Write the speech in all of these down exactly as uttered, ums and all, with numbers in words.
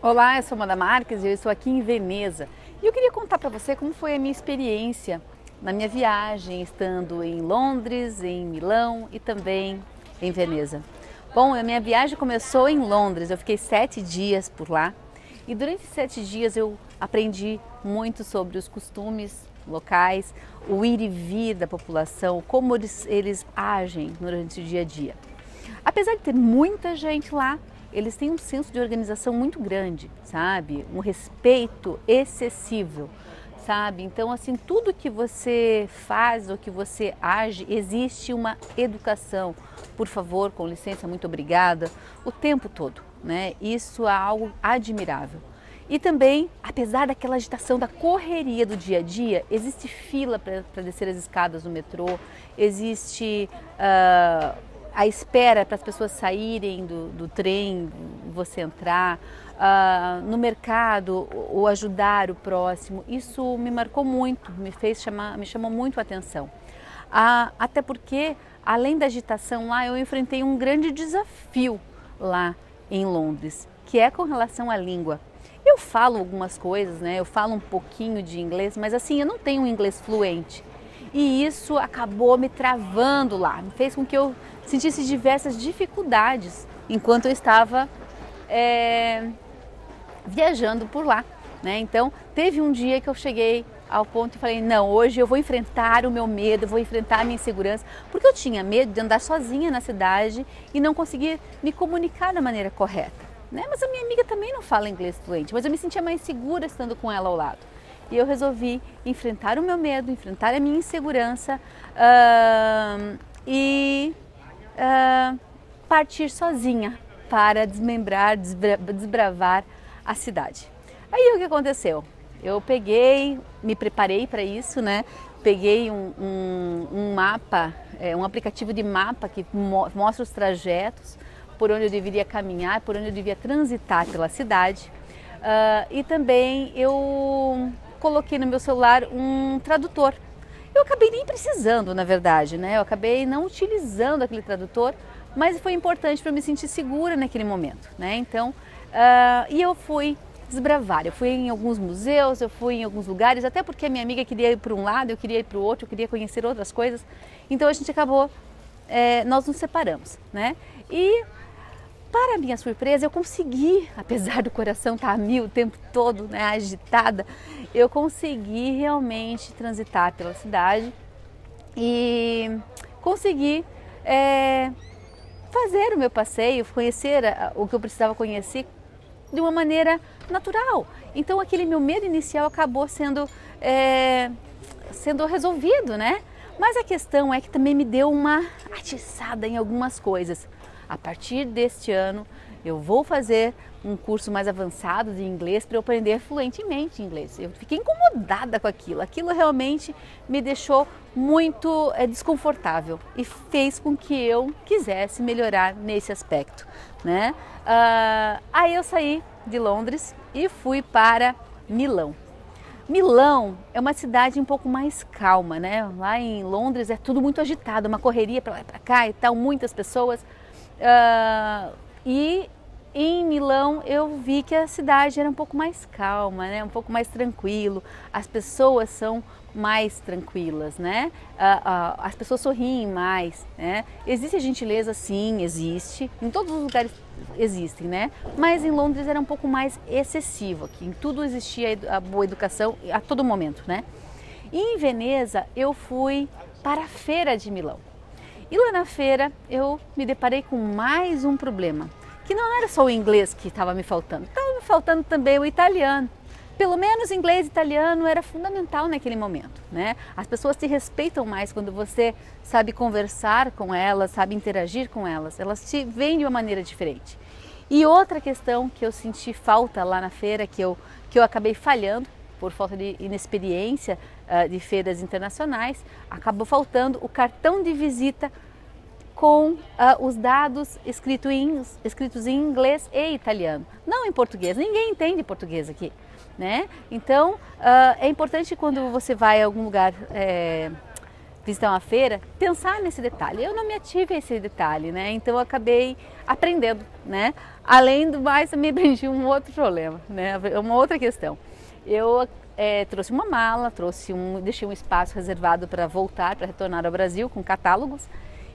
Olá, eu sou Amanda Marques e eu estou aqui em Veneza. E eu queria contar para você como foi a minha experiência na minha viagem, estando em Londres, em Milão e também em Veneza. Bom, a minha viagem começou em Londres, eu fiquei sete dias por lá e durante sete dias eu aprendi muito sobre os costumes locais, o ir e vir da população, como eles, eles agem durante o dia a dia. Apesar de ter muita gente lá, eles têm um senso de organização muito grande, sabe? Um respeito excessivo, sabe? Então, assim, tudo que você faz ou que você age, existe uma educação. Por favor, com licença, muito obrigada, o tempo todo, né? Isso é algo admirável. E também, apesar daquela agitação, da correria do dia a dia, existe fila para descer as escadas do metrô, existe uh, a espera para as pessoas saírem do, do trem, você entrar, uh, no mercado, ou ajudar o próximo. Isso me marcou muito, me fez chamar, me chamou muito a atenção. Uh, até porque, além da agitação lá, eu enfrentei um grande desafio lá em Londres, que é com relação à língua. Eu falo algumas coisas, né? Eu falo um pouquinho de inglês, mas assim, eu não tenho um inglês fluente. E isso acabou me travando lá, me fez com que eu sentisse diversas dificuldades enquanto eu estava é, viajando por lá, né? Então, teve um dia que eu cheguei ao ponto e falei, não, hoje eu vou enfrentar o meu medo, eu vou enfrentar a minha insegurança, porque eu tinha medo de andar sozinha na cidade e não conseguir me comunicar da maneira correta. Né? Mas a minha amiga também não fala inglês fluente, mas eu me sentia mais segura estando com ela ao lado. E eu resolvi enfrentar o meu medo, enfrentar a minha insegurança uh, e uh, partir sozinha para desmembrar, desbra desbravar a cidade. Aí o que aconteceu? Eu peguei, me preparei para isso, né? Peguei um, um, um mapa, é, um aplicativo de mapa que mo mostra os trajetos, por onde eu deveria caminhar, por onde eu devia transitar pela cidade. Uh, e também eu coloquei no meu celular um tradutor. Eu acabei nem precisando, na verdade, né? Eu acabei não utilizando aquele tradutor, mas foi importante para me sentir segura naquele momento, né? Então, uh, e eu fui desbravar. Eu fui em alguns museus, eu fui em alguns lugares, até porque a minha amiga queria ir para um lado, eu queria ir para o outro, eu queria conhecer outras coisas. Então a gente acabou, é, nós nos separamos, né? E para minha surpresa, eu consegui, apesar do coração estar a mil o tempo todo, né, agitada, eu consegui realmente transitar pela cidade e consegui é, fazer o meu passeio, conhecer o que eu precisava conhecer de uma maneira natural. Então aquele meu medo inicial acabou sendo, é, sendo resolvido, né? Mas a questão é que também me deu uma atiçada em algumas coisas. A partir deste ano, eu vou fazer um curso mais avançado de inglês para eu aprender fluentemente inglês. Eu fiquei incomodada com aquilo. Aquilo realmente me deixou muito é, desconfortável e fez com que eu quisesse melhorar nesse aspecto, né? Uh, aí eu saí de Londres e fui para Milão. Milão é uma cidade um pouco mais calma, né? Lá em Londres é tudo muito agitado, uma correria para lá e para cá e tal, muitas pessoas. Uh, e em Milão eu vi que a cidade era um pouco mais calma, né? Um pouco mais tranquilo, as pessoas são mais tranquilas, né? Uh, uh, as pessoas sorriem mais, né? Existe a gentileza, sim, existe, em todos os lugares existem, né? Mas em Londres era um pouco mais excessivo, aqui em tudo existia a boa educação a todo momento, né? E em Veneza eu fui para a Feira de Milão. E lá na feira eu me deparei com mais um problema, que não era só o inglês que estava me faltando, estava me faltando também o italiano. Pelo menos inglês e italiano era fundamental naquele momento, né? As pessoas te respeitam mais quando você sabe conversar com elas, sabe interagir com elas, elas te veem de uma maneira diferente. E outra questão que eu senti falta lá na feira, que eu, que eu acabei falhando, por falta de inexperiência uh, de feiras internacionais, acabou faltando o cartão de visita com uh, os dados escrito em, escritos em inglês e italiano, não em português. Ninguém entende português aqui, né? Então, uh, é importante quando você vai a algum lugar é, visitar uma feira, pensar nesse detalhe. Eu não me ative a esse detalhe, né? Então eu acabei aprendendo, né? Além do mais, também aprendi um outro problema, né? Uma outra questão. Eu é, trouxe uma mala, trouxe um, deixei um espaço reservado para voltar, para retornar ao Brasil com catálogos.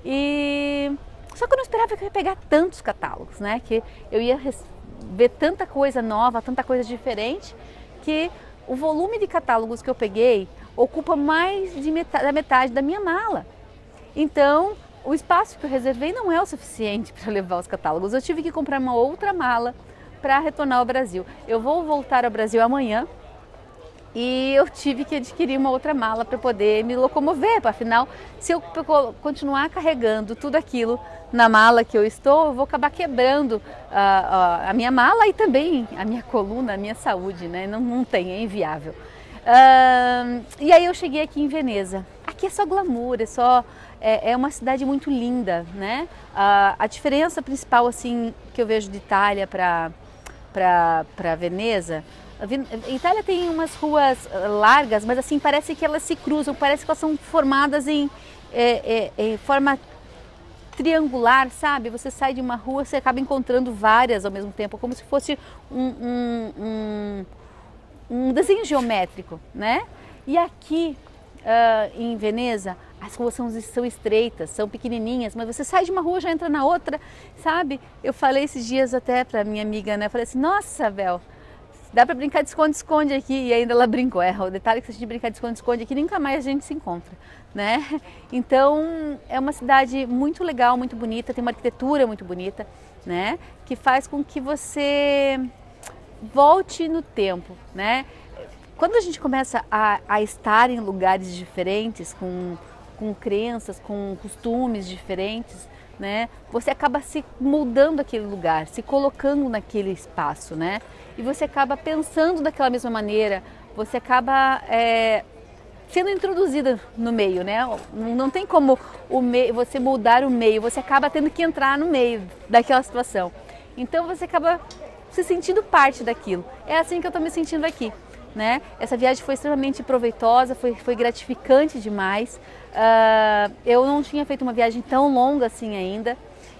E só que eu não esperava que eu ia pegar tantos catálogos, né? Que eu ia ver tanta coisa nova, tanta coisa diferente, que o volume de catálogos que eu peguei ocupa mais de metade, da metade da minha mala. Então, o espaço que eu reservei não é o suficiente para levar os catálogos. Eu tive que comprar uma outra mala para retornar ao Brasil. Eu vou voltar ao Brasil amanhã e eu tive que adquirir uma outra mala para poder me locomover. Afinal, se eu continuar carregando tudo aquilo na mala que eu estou, eu vou acabar quebrando uh, uh, a minha mala e também a minha coluna, a minha saúde, né? Não, não tem, é inviável. Uh, e aí eu cheguei aqui em Veneza. Aqui é só glamour, é só é, é uma cidade muito linda, né? Uh, a diferença principal assim que eu vejo de Itália para para Veneza, a Itália tem umas ruas largas, mas assim parece que elas se cruzam, parece que elas são formadas em é, é, é, forma triangular, sabe? Você sai de uma rua, você acaba encontrando várias ao mesmo tempo, como se fosse um, um, um um desenho geométrico, né? E aqui uh, em Veneza, as ruas são, são estreitas, são pequenininhas, mas você sai de uma rua já entra na outra, sabe? Eu falei esses dias até para minha amiga, né? Eu falei assim, nossa, Bel, dá para brincar de esconde-esconde aqui. E ainda ela brincou, é, o detalhe é que se a gente brincar de esconde-esconde aqui, nunca mais a gente se encontra, né? Então, é uma cidade muito legal, muito bonita, tem uma arquitetura muito bonita, né? Que faz com que você volte no tempo, né? Quando a gente começa a, a estar em lugares diferentes, com, com crenças, com costumes diferentes, né? Você acaba se moldando aquele lugar, se colocando naquele espaço, né? E você acaba pensando daquela mesma maneira, você acaba é, sendo introduzida no meio, né? Não tem como o meio, você moldar o meio, você acaba tendo que entrar no meio daquela situação. Então você acaba se sentindo parte daquilo. É assim que eu estou me sentindo aqui, né? Essa viagem foi extremamente proveitosa, foi, foi gratificante demais. Uh, eu não tinha feito uma viagem tão longa assim ainda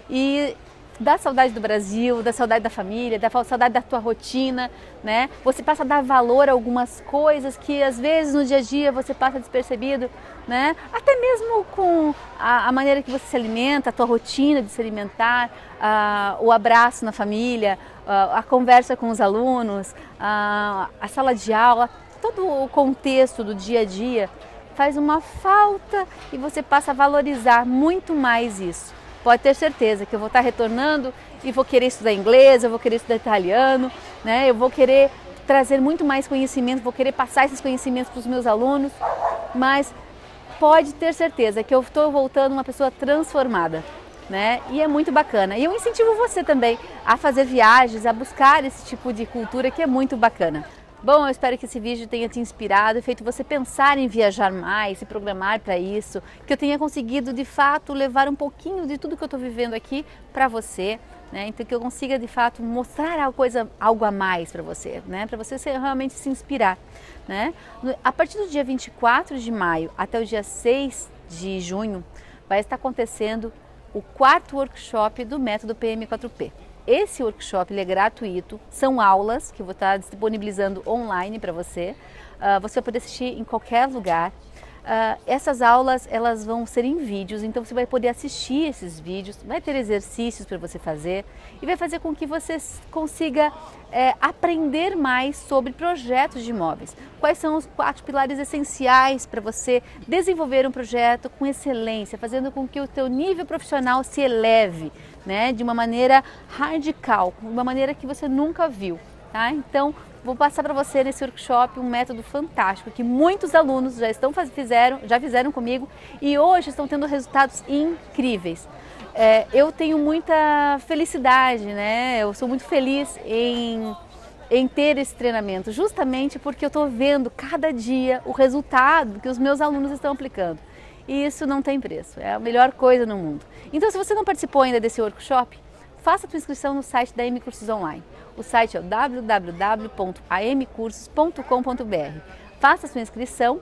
e dá saudade do Brasil, dá saudade da família, dá saudade da tua rotina, né? Você passa a dar valor a algumas coisas que às vezes no dia a dia você passa despercebido, né? Até mesmo com a, a maneira que você se alimenta, a tua rotina de se alimentar, uh, o abraço na família, uh, a conversa com os alunos, uh, a sala de aula, todo o contexto do dia a dia faz uma falta e você passa a valorizar muito mais isso. Pode ter certeza que eu vou estar retornando e vou querer estudar inglês, eu vou querer estudar italiano, né? Eu vou querer trazer muito mais conhecimento, vou querer passar esses conhecimentos para os meus alunos, mas pode ter certeza que eu estou voltando uma pessoa transformada, né? E é muito bacana. E eu incentivo você também a fazer viagens, a buscar esse tipo de cultura que é muito bacana. Bom, eu espero que esse vídeo tenha te inspirado e feito você pensar em viajar mais, se programar para isso, que eu tenha conseguido de fato levar um pouquinho de tudo que eu estou vivendo aqui para você, né? Então que eu consiga de fato mostrar algo, coisa, algo a mais para você, né? Para você realmente se inspirar, né? A partir do dia vinte e quatro de maio até o dia seis de junho vai estar acontecendo o quarto workshop do método P M quatro P. Esse workshop ele é gratuito, são aulas que eu vou estar disponibilizando online para você. Uh, você vai poder assistir em qualquer lugar. Uh, essas aulas elas vão ser em vídeos, então você vai poder assistir esses vídeos, vai ter exercícios para você fazer e vai fazer com que você consiga é, aprender mais sobre projetos de imóveis. Quais são os quatro pilares essenciais para você desenvolver um projeto com excelência, fazendo com que o teu nível profissional se eleve, né, de uma maneira radical, de uma maneira que você nunca viu, tá? Então, vou passar para você nesse workshop um método fantástico que muitos alunos já estão fizeram, já fizeram comigo e hoje estão tendo resultados incríveis. É, eu tenho muita felicidade, né? Eu sou muito feliz em, em ter esse treinamento, justamente porque eu estou vendo cada dia o resultado que os meus alunos estão aplicando. E isso não tem preço, é a melhor coisa no mundo. Então, se você não participou ainda desse workshop, faça a sua inscrição no site da A M Cursos Online. O site é o w w w ponto a m cursos ponto com ponto b r. Faça a sua inscrição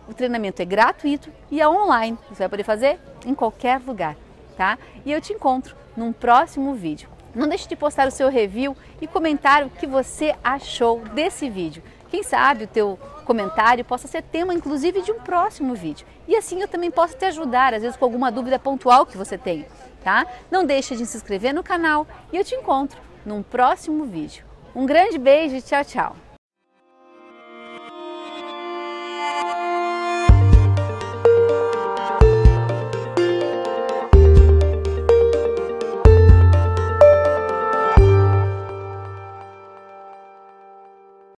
O treinamento é gratuito e é online. Você vai poder fazer em qualquer lugar, tá? E eu te encontro num próximo vídeo. Não deixe de postar o seu review e comentar o que você achou desse vídeo. Quem sabe o teu comentário possa ser tema, inclusive, de um próximo vídeo. E assim eu também posso te ajudar, às vezes com alguma dúvida pontual que você tem, tá? Não deixe de se inscrever no canal e eu te encontro num próximo vídeo. Um grande beijo e tchau, tchau!